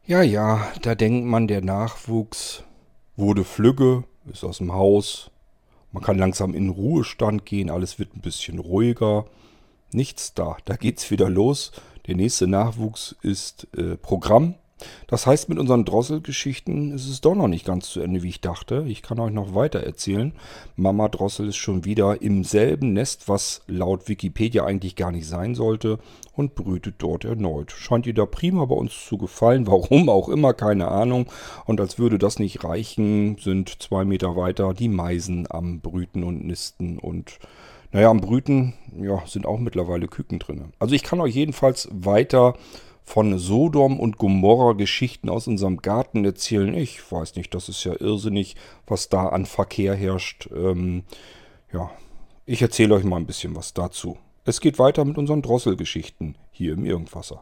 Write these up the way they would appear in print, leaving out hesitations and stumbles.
Ja, ja, da denkt man, der Nachwuchs wurde flügge, ist aus dem Haus. Man kann langsam in den Ruhestand gehen, alles wird ein bisschen ruhiger. Nichts da, da geht's wieder los. Der nächste Nachwuchs ist Programm. Das heißt, mit unseren Drosselgeschichten ist es doch noch nicht ganz zu Ende, wie ich dachte. Ich kann euch noch weiter erzählen. Mama Drossel ist schon wieder im selben Nest, was laut Wikipedia eigentlich gar nicht sein sollte, und brütet dort erneut. Scheint ihr da prima bei uns zu gefallen. Warum auch immer, keine Ahnung. Und als würde das nicht reichen, sind 2 Meter weiter die Meisen am Brüten und Nisten. Und naja, am Brüten ja, sind auch mittlerweile Küken drin. Also ich kann euch jedenfalls weiter von Sodom und Gomorra Geschichten aus unserem Garten erzählen. Ich weiß nicht, das ist ja irrsinnig, was da an Verkehr herrscht. Ja, ich erzähle euch mal ein bisschen was dazu. Es geht weiter mit unseren Drosselgeschichten hier im Irgendwasser.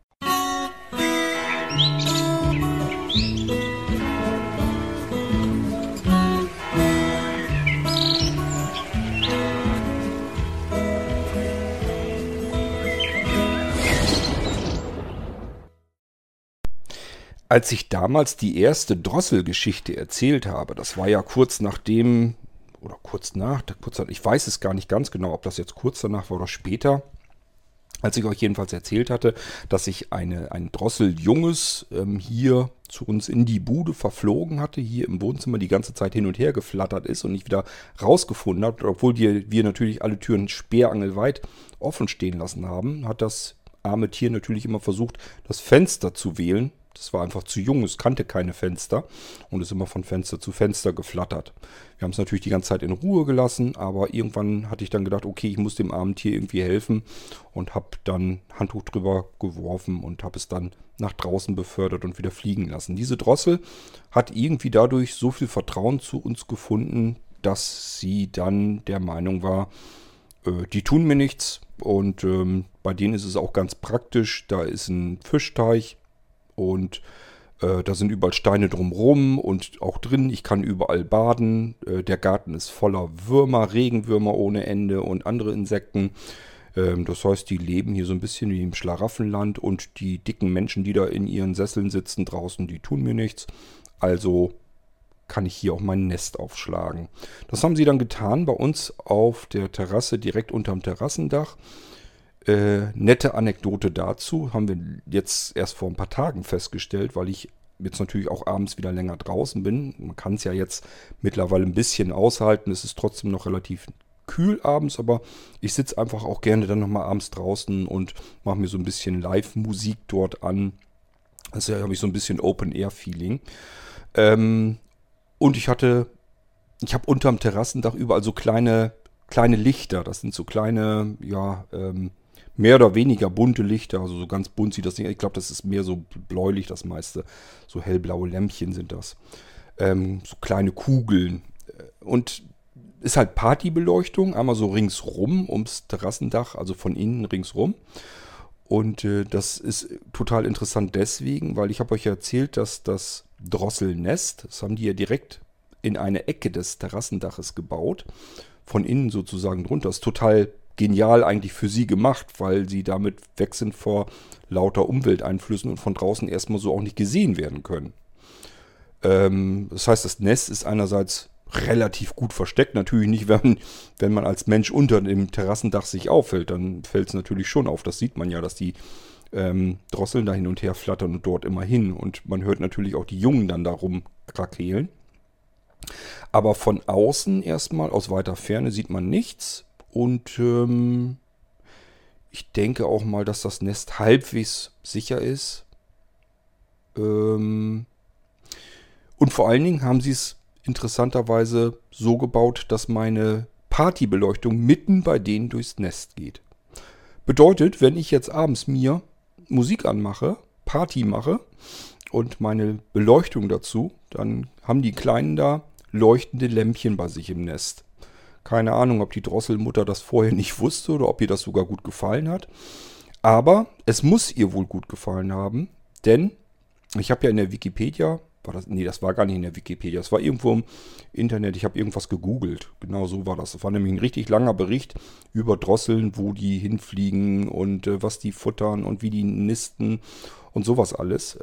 Als ich damals die erste Drosselgeschichte erzählt habe, das war ja kurz nachdem, oder ich weiß es gar nicht ganz genau, ob das jetzt kurz danach war oder später, als ich euch jedenfalls erzählt hatte, dass ich ein Drosseljunges hier zu uns in die Bude verflogen hatte, hier im Wohnzimmer die ganze Zeit hin und her geflattert ist und nicht wieder rausgefunden hat, obwohl wir natürlich alle Türen sperrangelweit offen stehen lassen haben, hat das arme Tier natürlich immer versucht, das Fenster zu wählen. Das war einfach zu jung, es kannte keine Fenster und ist immer von Fenster zu Fenster geflattert. Wir haben es natürlich die ganze Zeit in Ruhe gelassen, aber irgendwann hatte ich dann gedacht, okay, ich muss dem armen Tier irgendwie helfen und habe dann Handtuch drüber geworfen und habe es dann nach draußen befördert und wieder fliegen lassen. Diese Drossel hat irgendwie dadurch so viel Vertrauen zu uns gefunden, dass sie dann der Meinung war, die tun mir nichts und bei denen ist es auch ganz praktisch. Da ist ein Fischteich. Und da sind überall Steine drumrum und auch drin. Ich kann überall baden. Der Garten ist voller Würmer, Regenwürmer ohne Ende und andere Insekten. Das heißt, die leben hier so ein bisschen wie im Schlaraffenland. Und die dicken Menschen, die da in ihren Sesseln sitzen draußen, die tun mir nichts. Also kann ich hier auch mein Nest aufschlagen. Das haben sie dann getan bei uns auf der Terrasse, direkt unterm Terrassendach. Nette Anekdote dazu haben wir jetzt erst vor ein paar Tagen festgestellt, weil ich jetzt natürlich auch abends wieder länger draußen bin. Man kann es ja jetzt mittlerweile ein bisschen aushalten. Es ist trotzdem noch relativ kühl abends, aber ich sitze einfach auch gerne dann nochmal abends draußen und mache mir so ein bisschen Live-Musik dort an. Also habe ich so ein bisschen Open-Air-Feeling. Und ich habe unterm Terrassendach überall so kleine Lichter. Das sind so kleine, ja, mehr oder weniger bunte Lichter, also so ganz bunt sieht das nicht. Ich glaube, das ist mehr so bläulich, das meiste. So hellblaue Lämpchen sind das. So kleine Kugeln. Und ist halt Partybeleuchtung, einmal so ringsrum ums Terrassendach, also von innen ringsrum. Und das ist total interessant deswegen, weil ich habe euch ja erzählt, dass das Drosselnest, das haben die ja direkt in eine Ecke des Terrassendaches gebaut. Von innen sozusagen drunter. Das ist total genial eigentlich für sie gemacht, weil sie damit weg sind vor lauter Umwelteinflüssen und von draußen erstmal so auch nicht gesehen werden können. Das heißt, das Nest ist einerseits relativ gut versteckt. Natürlich nicht, wenn man als Mensch unter dem Terrassendach sich aufhält, dann fällt es natürlich schon auf. Das sieht man ja, dass die Drosseln da hin und her flattern und dort immer hin. Und man hört natürlich auch die Jungen dann darum krakeelen. Aber von außen erstmal, aus weiter Ferne, sieht man nichts. Und ich denke auch mal, dass das Nest halbwegs sicher ist. Und vor allen Dingen haben sie es interessanterweise so gebaut, dass meine Partybeleuchtung mitten bei denen durchs Nest geht. Bedeutet, wenn ich jetzt abends mir Musik anmache, Party mache und meine Beleuchtung dazu, dann haben die Kleinen da leuchtende Lämpchen bei sich im Nest. Keine Ahnung, ob die Drosselmutter das vorher nicht wusste oder ob ihr das sogar gut gefallen hat. Aber es muss ihr wohl gut gefallen haben, denn ich habe ja in der Wikipedia, das war gar nicht in der Wikipedia, das war irgendwo im Internet, ich habe irgendwas gegoogelt. Genau so war das. Das war nämlich ein richtig langer Bericht über Drosseln, wo die hinfliegen und was die futtern und wie die nisten. und sowas alles.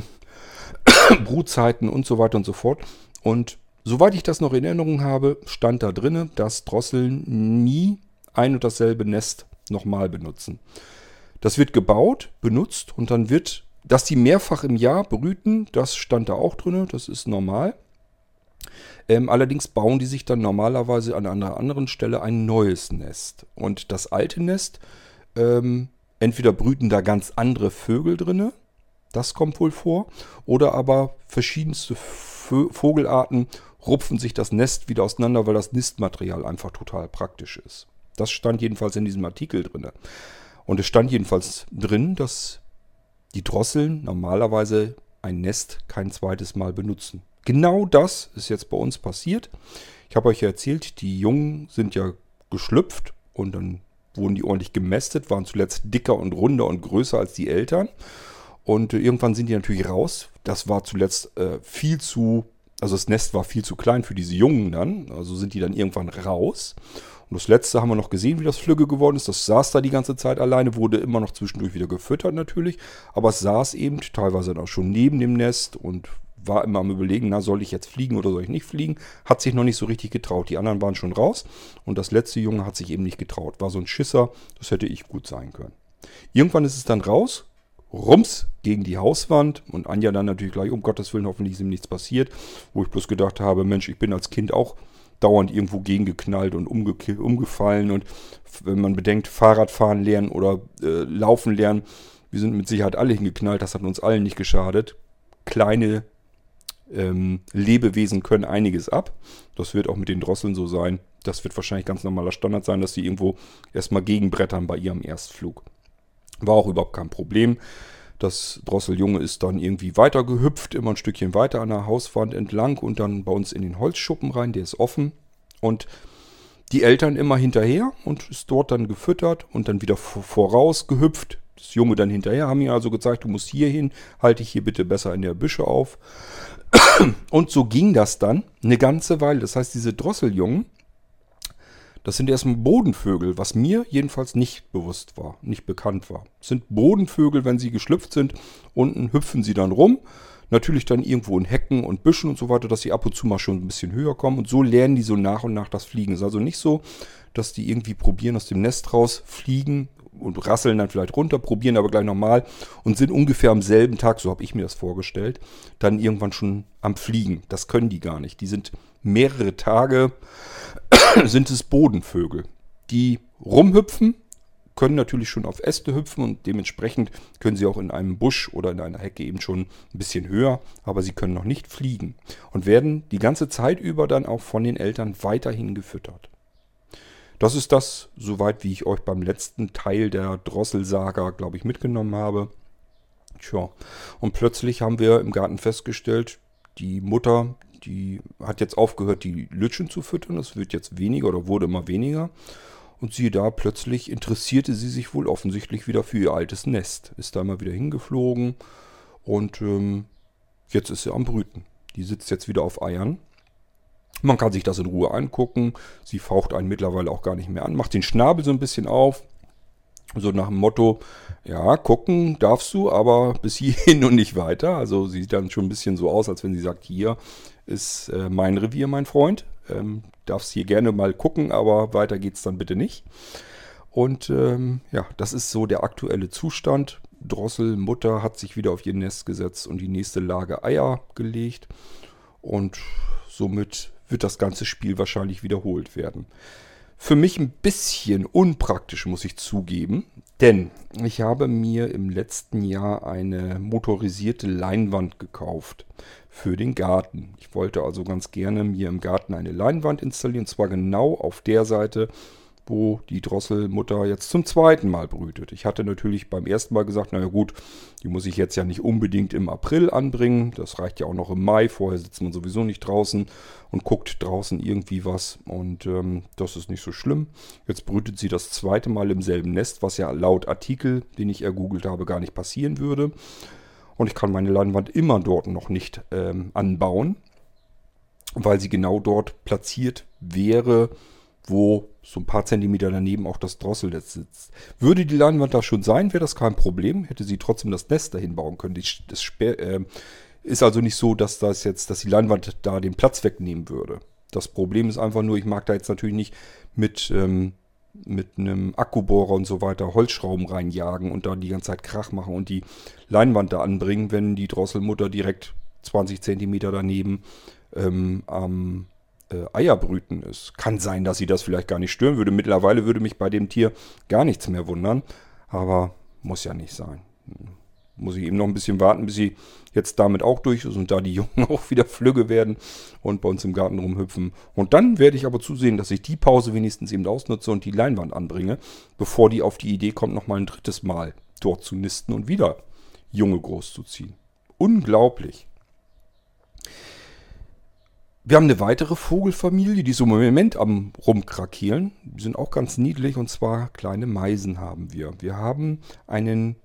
Brutzeiten und so weiter und so fort. Und soweit ich das noch in Erinnerung habe, stand da drinne, dass Drosseln nie ein und dasselbe Nest nochmal benutzen. Das wird gebaut, benutzt und dann wird, dass die mehrfach im Jahr brüten, das stand da auch drinne, das ist normal. Allerdings bauen die sich dann normalerweise an einer anderen Stelle ein neues Nest. Und das alte Nest, entweder brüten da ganz andere Vögel drinne, das kommt wohl vor, oder aber verschiedenste Vogelarten rupfen sich das Nest wieder auseinander, weil das Nistmaterial einfach total praktisch ist. Das stand jedenfalls in diesem Artikel drin. Und es stand jedenfalls drin, dass die Drosseln normalerweise ein Nest kein zweites Mal benutzen. Genau das ist jetzt bei uns passiert. Ich habe euch ja erzählt, die Jungen sind ja geschlüpft und dann wurden die ordentlich gemästet, waren zuletzt dicker und runder und größer als die Eltern. Und irgendwann sind die natürlich raus. Das war zuletzt also das Nest war viel zu klein für diese Jungen dann. Also sind die dann irgendwann raus. Und das letzte haben wir noch gesehen, wie das Flügge geworden ist. Das saß da die ganze Zeit alleine, wurde immer noch zwischendurch wieder gefüttert natürlich. Aber es saß eben teilweise dann auch schon neben dem Nest und war immer am Überlegen, na, soll ich jetzt fliegen oder soll ich nicht fliegen? Hat sich noch nicht so richtig getraut. Die anderen waren schon raus und das letzte Junge hat sich eben nicht getraut. War so ein Schisser, das hätte ich gut sein können. Irgendwann ist es dann raus. Rums gegen die Hauswand und Anja dann natürlich gleich, um Gottes Willen, hoffentlich ist ihm nichts passiert, wo ich bloß gedacht habe, Mensch, ich bin als Kind auch dauernd irgendwo gegengeknallt und umgefallen und wenn man bedenkt, Fahrradfahren lernen oder Laufen lernen, wir sind mit Sicherheit alle hingeknallt, das hat uns allen nicht geschadet. Kleine Lebewesen können einiges ab, das wird auch mit den Drosseln so sein, das wird wahrscheinlich ganz normaler Standard sein, dass sie irgendwo erstmal gegenbrettern bei ihrem Erstflug. War auch überhaupt kein Problem. Das Drosseljunge ist dann irgendwie weiter gehüpft, immer ein Stückchen weiter an der Hauswand entlang und dann bei uns in den Holzschuppen rein, der ist offen. Und die Eltern immer hinterher und ist dort dann gefüttert und dann wieder voraus gehüpft. Das Junge dann hinterher, haben ihm also gezeigt, du musst hier hin, halte dich hier bitte besser in der Büsche auf. Und so ging das dann eine ganze Weile. Das heißt, diese Drosseljungen, das sind erstmal Bodenvögel, was mir jedenfalls nicht bewusst war, nicht bekannt war. Das sind Bodenvögel, wenn sie geschlüpft sind. Unten hüpfen sie dann rum. Natürlich dann irgendwo in Hecken und Büschen und so weiter, dass sie ab und zu mal schon ein bisschen höher kommen. Und so lernen die so nach und nach das Fliegen. Es ist also nicht so, dass die irgendwie probieren, aus dem Nest raus fliegen und rasseln dann vielleicht runter, probieren aber gleich nochmal und sind ungefähr am selben Tag, so habe ich mir das vorgestellt, dann irgendwann schon am Fliegen. Das können die gar nicht. Die sind mehrere Tage sind es Bodenvögel, die rumhüpfen, können natürlich schon auf Äste hüpfen und dementsprechend können sie auch in einem Busch oder in einer Hecke eben schon ein bisschen höher, aber sie können noch nicht fliegen und werden die ganze Zeit über dann auch von den Eltern weiterhin gefüttert. Das ist das, soweit wie ich euch beim letzten Teil der Drosselsaga, glaube ich, mitgenommen habe. Tja, und plötzlich haben wir im Garten festgestellt, die Mutter, die hat jetzt aufgehört, die Lütschen zu füttern. Das wird jetzt weniger oder wurde immer weniger. Und siehe da, plötzlich interessierte sie sich wohl offensichtlich wieder für ihr altes Nest. Ist da mal wieder hingeflogen und jetzt ist sie am Brüten. Die sitzt jetzt wieder auf Eiern. Man kann sich das in Ruhe angucken. Sie faucht einen mittlerweile auch gar nicht mehr an. Macht den Schnabel so ein bisschen auf. So nach dem Motto, ja, gucken darfst du, aber bis hierhin und nicht weiter. Also sie sieht dann schon ein bisschen so aus, als wenn sie sagt, hier ist mein Revier, mein Freund. Darfst hier gerne mal gucken, aber weiter geht's dann bitte nicht. Und ja, das ist so der aktuelle Zustand. Drosselmutter hat sich wieder auf ihr Nest gesetzt und die nächste Lage Eier gelegt. Und somit wird das ganze Spiel wahrscheinlich wiederholt werden. Für mich ein bisschen unpraktisch, muss ich zugeben, denn ich habe mir im letzten Jahr eine motorisierte Leinwand gekauft für den Garten. Ich wollte also ganz gerne mir im Garten eine Leinwand installieren, und zwar genau auf der Seite, wo die Drosselmutter jetzt zum zweiten Mal brütet. Ich hatte natürlich beim ersten Mal gesagt, naja gut, die muss ich jetzt ja nicht unbedingt im April anbringen. Das reicht ja auch noch im Mai. Vorher sitzt man sowieso nicht draußen und guckt draußen irgendwie was. Und das ist nicht so schlimm. Jetzt brütet sie das zweite Mal im selben Nest, was ja laut Artikel, den ich ergoogelt habe, gar nicht passieren würde. Und ich kann meine Leinwand immer dort noch nicht anbauen, weil sie genau dort platziert wäre, wo so ein paar Zentimeter daneben auch das Drosselnetz sitzt. Würde die Leinwand da schon sein, wäre das kein Problem. Hätte sie trotzdem das Nest dahin bauen können. Ist also nicht so, dass dass die Leinwand da den Platz wegnehmen würde. Das Problem ist einfach nur, ich mag da jetzt natürlich nicht mit einem Akkubohrer und so weiter Holzschrauben reinjagen und da die ganze Zeit Krach machen und die Leinwand da anbringen, wenn die Drosselmutter direkt 20 Zentimeter daneben am Eierbrüten ist. Kann sein, dass sie das vielleicht gar nicht stören würde. Mittlerweile würde mich bei dem Tier gar nichts mehr wundern, aber muss ja nicht sein. Muss ich eben noch ein bisschen warten, bis sie jetzt damit auch durch ist und da die Jungen auch wieder flügge werden und bei uns im Garten rumhüpfen. Und dann werde ich aber zusehen, dass ich die Pause wenigstens eben ausnutze und die Leinwand anbringe, bevor die auf die Idee kommt, nochmal ein drittes Mal dort zu nisten und wieder Junge großzuziehen. Unglaublich. Wir haben eine weitere Vogelfamilie, die so im Moment am Rumkrakeelen. Die sind auch ganz niedlich und zwar kleine Meisen haben wir. Wir haben einen,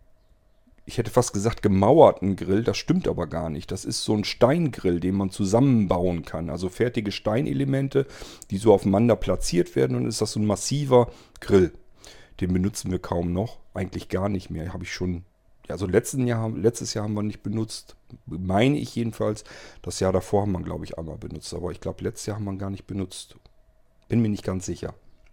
ich hätte fast gesagt, gemauerten Grill. Das stimmt aber gar nicht. Das ist so ein Steingrill, den man zusammenbauen kann. Also fertige Steinelemente, die so aufeinander platziert werden. Und dann ist das so ein massiver Grill. Den benutzen wir kaum noch. Eigentlich gar nicht mehr. Habe ich schon, also letztes Jahr haben wir nicht benutzt. Meine ich jedenfalls. Das Jahr davor haben wir, glaube ich, einmal benutzt. Aber ich glaube, letztes Jahr haben wir gar nicht benutzt. Bin mir nicht ganz sicher.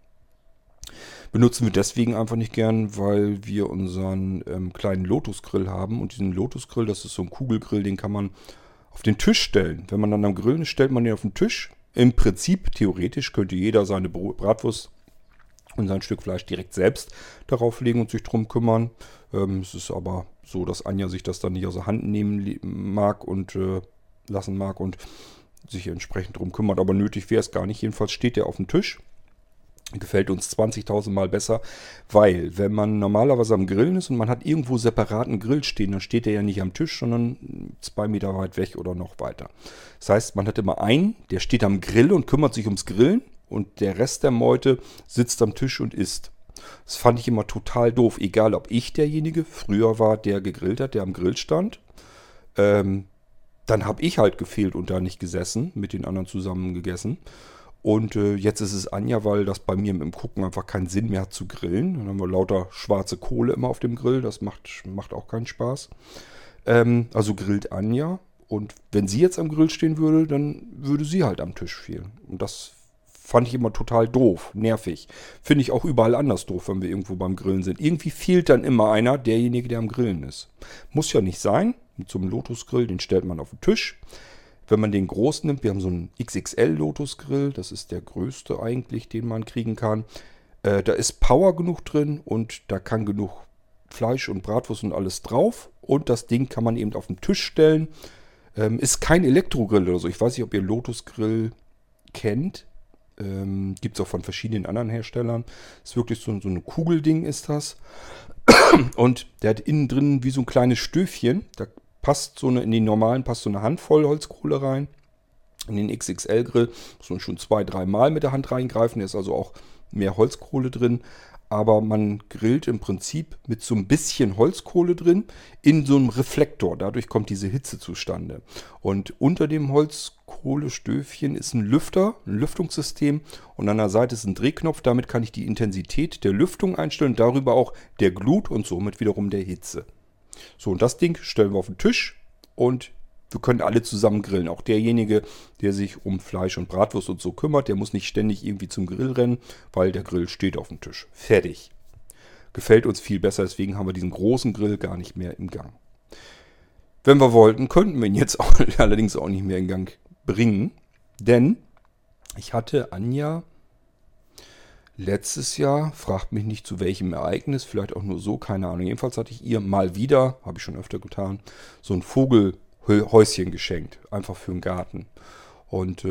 Benutzen wir deswegen einfach nicht gern, weil wir unseren kleinen Lotus-Grill haben. Und diesen Lotus-Grill, das ist so ein Kugelgrill, den kann man auf den Tisch stellen. Wenn man dann am Grillen ist, stellt man den auf den Tisch. Im Prinzip, theoretisch, könnte jeder seine Bratwurst und sein Stück Fleisch direkt selbst darauf legen und sich drum kümmern. Es ist aber so, dass Anja sich das dann nicht aus der Hand nehmen mag und lassen mag und sich entsprechend drum kümmert. Aber nötig wäre es gar nicht. Jedenfalls steht der auf dem Tisch. Gefällt uns 20.000 Mal besser, weil wenn man normalerweise am Grillen ist und man hat irgendwo separaten Grill stehen, dann steht der ja nicht am Tisch, sondern 2 Meter weit weg oder noch weiter. Das heißt, man hat immer einen, der steht am Grill und kümmert sich ums Grillen und der Rest der Meute sitzt am Tisch und isst. Das fand ich immer total doof, egal ob ich derjenige früher war, der gegrillt hat, der am Grill stand. Dann habe ich halt gefehlt und da nicht gesessen, mit den anderen zusammen gegessen. Und jetzt ist es Anja, weil das bei mir im Gucken einfach keinen Sinn mehr hat zu grillen. Dann haben wir lauter schwarze Kohle immer auf dem Grill. Das macht auch keinen Spaß. Also grillt Anja. Und wenn sie jetzt am Grill stehen würde, dann würde sie halt am Tisch fehlen. Und das fand ich immer total doof, nervig. Finde ich auch überall anders doof, wenn wir irgendwo beim Grillen sind. Irgendwie fehlt dann immer einer, derjenige, der am Grillen ist. Muss ja nicht sein. Mit so einem Lotus-Grill, den stellt man auf den Tisch. Wenn man den groß nimmt, wir haben so einen XXL Lotus Grill, das ist der größte eigentlich, den man kriegen kann. Da ist Power genug drin und da kann genug Fleisch und Bratwurst und alles drauf. Und das Ding kann man eben auf den Tisch stellen. Ist kein Elektrogrill oder so. Ich weiß nicht, ob ihr Lotus Grill kennt. Gibt es auch von verschiedenen anderen Herstellern. Ist wirklich so ein Kugelding ist das. Und der hat innen drin wie so ein kleines Stöfchen. Da passt in den normalen passt so eine Handvoll Holzkohle rein. In den XXL-Grill muss man schon 2-3 Mal mit der Hand reingreifen. Da ist also auch mehr Holzkohle drin. Aber man grillt im Prinzip mit so ein bisschen Holzkohle drin in so einem Reflektor. Dadurch kommt diese Hitze zustande. Und unter dem Holzkohlestöfchen ist ein Lüfter, ein Lüftungssystem. Und an der Seite ist ein Drehknopf. Damit kann ich die Intensität der Lüftung einstellen. Darüber auch der Glut und somit wiederum der Hitze. So, und das Ding stellen wir auf den Tisch und wir können alle zusammen grillen. Auch derjenige, der sich um Fleisch und Bratwurst und so kümmert, der muss nicht ständig irgendwie zum Grill rennen, weil der Grill steht auf dem Tisch. Fertig. Gefällt uns viel besser, deswegen haben wir diesen großen Grill gar nicht mehr im Gang. Wenn wir wollten, könnten wir ihn jetzt auch, allerdings auch nicht mehr in Gang bringen, denn ich hatte Anja letztes Jahr, fragt mich nicht zu welchem Ereignis, vielleicht auch nur so, keine Ahnung. Jedenfalls hatte ich ihr mal wieder, habe ich schon öfter getan, so ein Vogelhäuschen geschenkt. Einfach für den Garten. Und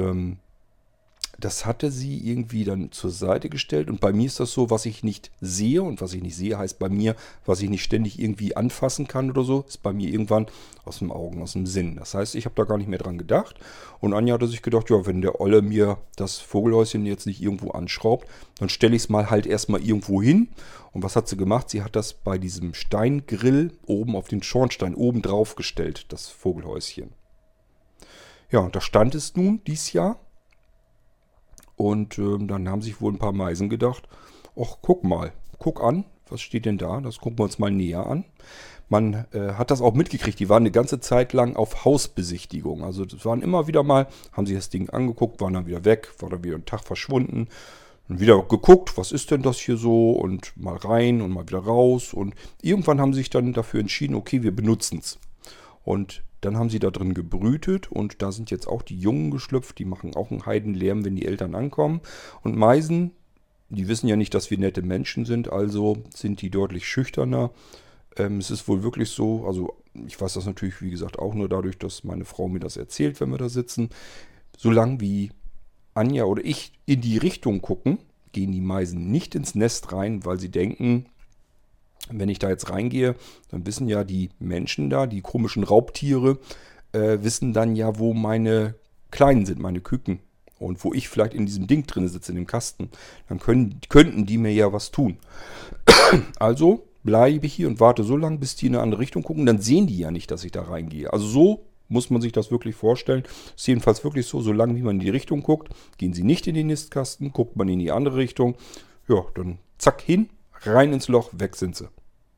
das hatte sie irgendwie dann zur Seite gestellt. Und bei mir ist das so, was ich nicht sehe. Und was ich nicht sehe, heißt bei mir, was ich nicht ständig irgendwie anfassen kann oder so, ist bei mir irgendwann aus dem Augen, aus dem Sinn. Das heißt, ich habe da gar nicht mehr dran gedacht. Und Anja hatte sich gedacht, ja, wenn der Olle mir das Vogelhäuschen jetzt nicht irgendwo anschraubt, dann stelle ich es mal halt erstmal irgendwo hin. Und was hat sie gemacht? Sie hat das bei diesem Steingrill oben auf den Schornstein oben drauf gestellt, das Vogelhäuschen. Ja, und da stand es nun dieses Jahr. Und dann haben sich wohl ein paar Meisen gedacht, ach, guck mal, guck an, was steht denn da? Das gucken wir uns mal näher an. Man hat das auch mitgekriegt, die waren eine ganze Zeit lang auf Hausbesichtigung. Also das waren immer wieder mal, haben sich das Ding angeguckt, waren dann wieder weg, war dann wieder ein Tag verschwunden. Und wieder geguckt, was ist denn das hier so? Und mal rein und mal wieder raus. Und irgendwann haben sie sich dann dafür entschieden, okay, wir benutzen es. Und dann haben sie da drin gebrütet und da sind jetzt auch die Jungen geschlüpft, die machen auch einen Heidenlärm, wenn die Eltern ankommen. Und Meisen, die wissen ja nicht, dass wir nette Menschen sind, also sind die deutlich schüchterner. Es ist wohl wirklich so, also ich weiß das natürlich, wie gesagt, auch nur dadurch, dass meine Frau mir das erzählt, wenn wir da sitzen. Solange wie Anja oder ich in die Richtung gucken, gehen die Meisen nicht ins Nest rein, weil sie denken, wenn ich da jetzt reingehe, dann wissen ja die Menschen da, die komischen Raubtiere, wissen dann ja, wo meine Kleinen sind, meine Küken. Und wo ich vielleicht in diesem Ding drin sitze, in dem Kasten. Dann könnten die mir ja was tun. Also bleibe ich hier und warte so lange, bis die in eine andere Richtung gucken. Dann sehen die ja nicht, dass ich da reingehe. Also so muss man sich das wirklich vorstellen. Ist jedenfalls wirklich so, solange wie man in die Richtung guckt, gehen sie nicht in den Nistkasten, guckt man in die andere Richtung. Ja, dann zack hin, rein ins Loch, weg sind sie.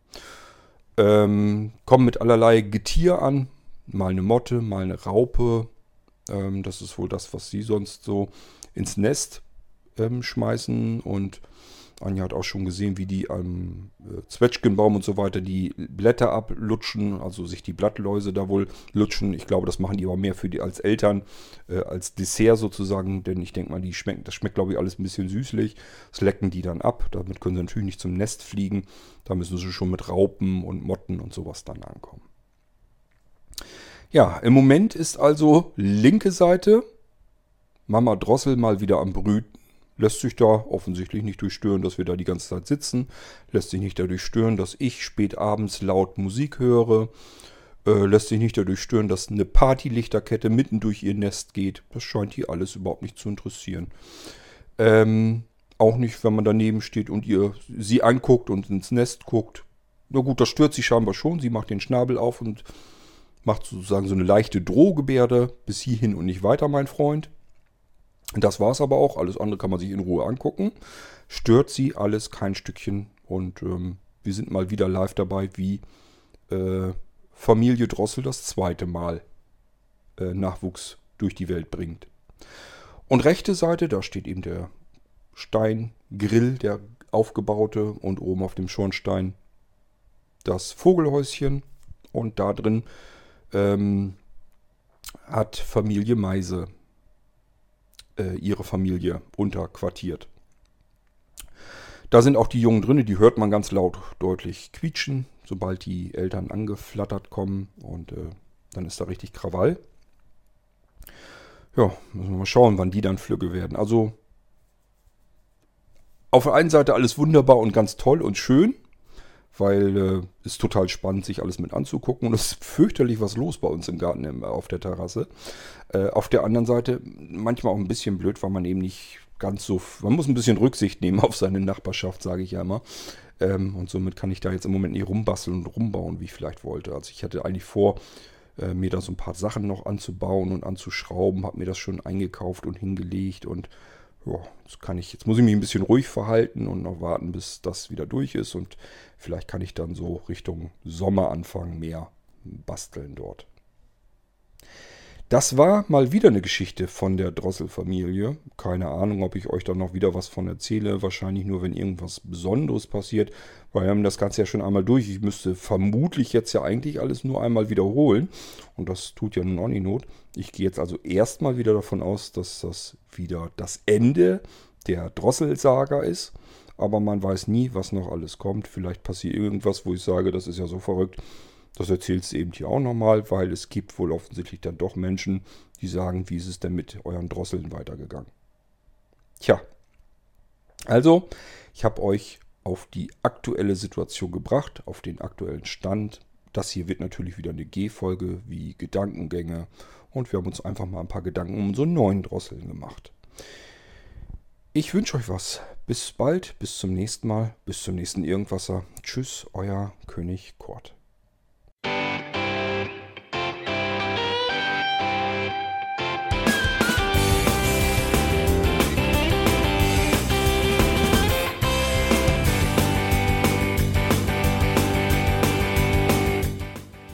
Kommen mit allerlei Getier an. Mal eine Motte, mal eine Raupe. Das ist wohl das, was sie sonst so ins Nest schmeißen. Und Anja hat auch schon gesehen, wie die am Zwetschgenbaum und so weiter die Blätter ablutschen, also sich die Blattläuse da wohl lutschen. Ich glaube, das machen die aber mehr für die als Eltern, als Dessert sozusagen, denn ich denke mal, das schmeckt, glaube ich, alles ein bisschen süßlich. Das lecken die dann ab. Damit können sie natürlich nicht zum Nest fliegen. Da müssen sie schon mit Raupen und Motten und sowas dann ankommen. Ja, im Moment ist also linke Seite Mama Drossel mal wieder am Brüten. Lässt sich da offensichtlich nicht durchstören, dass wir da die ganze Zeit sitzen. Lässt sich nicht dadurch stören, dass ich spät abends laut Musik höre. Lässt sich nicht dadurch stören, dass eine Partylichterkette mitten durch ihr Nest geht. Das scheint die alles überhaupt nicht zu interessieren. Auch nicht, wenn man daneben steht und sie anguckt und ins Nest guckt. Na gut, das stört sie scheinbar schon. Sie macht den Schnabel auf und macht sozusagen so eine leichte Drohgebärde. Bis hierhin und nicht weiter, mein Freund. Das war es aber auch. Alles andere kann man sich in Ruhe angucken. Stört sie alles kein Stückchen. Und wir sind mal wieder live dabei, wie Familie Drossel das zweite Mal Nachwuchs durch die Welt bringt. Und rechte Seite, da steht eben der Steingrill, der aufgebaute. Und oben auf dem Schornstein das Vogelhäuschen. Und da drin hat Familie Meise ihre Familie unterquartiert. Da sind auch die Jungen drin, die hört man ganz laut deutlich quietschen, sobald die Eltern angeflattert kommen und dann ist da richtig Krawall. Ja, müssen wir mal schauen, wann die dann flügge werden. Also auf der einen Seite alles wunderbar und ganz toll und schön, weil ist total spannend, sich alles mit anzugucken und es ist fürchterlich was los bei uns im Garten auf der Terrasse. Auf der anderen Seite manchmal auch ein bisschen blöd, weil man eben nicht ganz so, man muss ein bisschen Rücksicht nehmen auf seine Nachbarschaft, sage ich ja immer. Und somit kann ich da jetzt im Moment nicht rumbasteln und rumbauen, wie ich vielleicht wollte. Also ich hatte eigentlich vor, mir da so ein paar Sachen noch anzubauen und anzuschrauben, habe mir das schon eingekauft und hingelegt und ja, jetzt muss ich mich ein bisschen ruhig verhalten und noch warten, bis das wieder durch ist und vielleicht kann ich dann so Richtung Sommer anfangen, mehr basteln dort. Das war mal wieder eine Geschichte von der Drossel-Familie. Keine Ahnung, ob ich euch da noch wieder was von erzähle. Wahrscheinlich nur, wenn irgendwas Besonderes passiert, weil wir haben das Ganze ja schon einmal durch. Ich müsste vermutlich jetzt ja eigentlich alles nur einmal wiederholen. Und das tut ja nun auch nicht Not. Ich gehe jetzt also erstmal wieder davon aus, dass das wieder das Ende der Drossel-Saga ist. Aber man weiß nie, was noch alles kommt. Vielleicht passiert irgendwas, wo ich sage, das ist ja so verrückt. Das erzählst du eben hier auch nochmal, weil es gibt wohl offensichtlich dann doch Menschen, die sagen, wie ist es denn mit euren Drosseln weitergegangen. Tja, also ich habe euch auf die aktuelle Situation gebracht, auf den aktuellen Stand. Das hier wird natürlich wieder eine G-Folge wie Gedankengänge und wir haben uns einfach mal ein paar Gedanken um so 9 Drosseln gemacht. Ich wünsche euch was. Bis bald, bis zum nächsten Mal, bis zum nächsten Irgendwasser. Tschüss, euer König Kurt.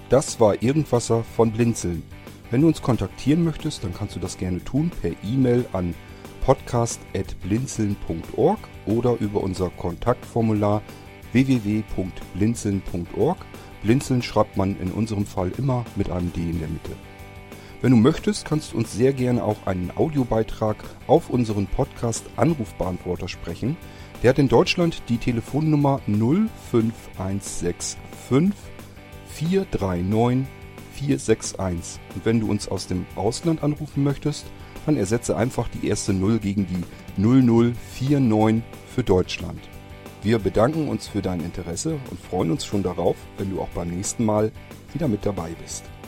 Das war Irgendwasser von Blinzeln. Wenn du uns kontaktieren möchtest, dann kannst du das gerne tun per E-Mail an podcast@blinzeln.org oder über unser Kontaktformular www.blinzeln.org. Blinzeln schreibt man in unserem Fall immer mit einem D in der Mitte. Wenn du möchtest, kannst du uns sehr gerne auch einen Audiobeitrag auf unseren Podcast Anrufbeantworter sprechen. Der hat in Deutschland die Telefonnummer 05165 439 461. Und wenn du uns aus dem Ausland anrufen möchtest, dann ersetze einfach die erste 0 gegen die 0049 für Deutschland. Wir bedanken uns für dein Interesse und freuen uns schon darauf, wenn du auch beim nächsten Mal wieder mit dabei bist.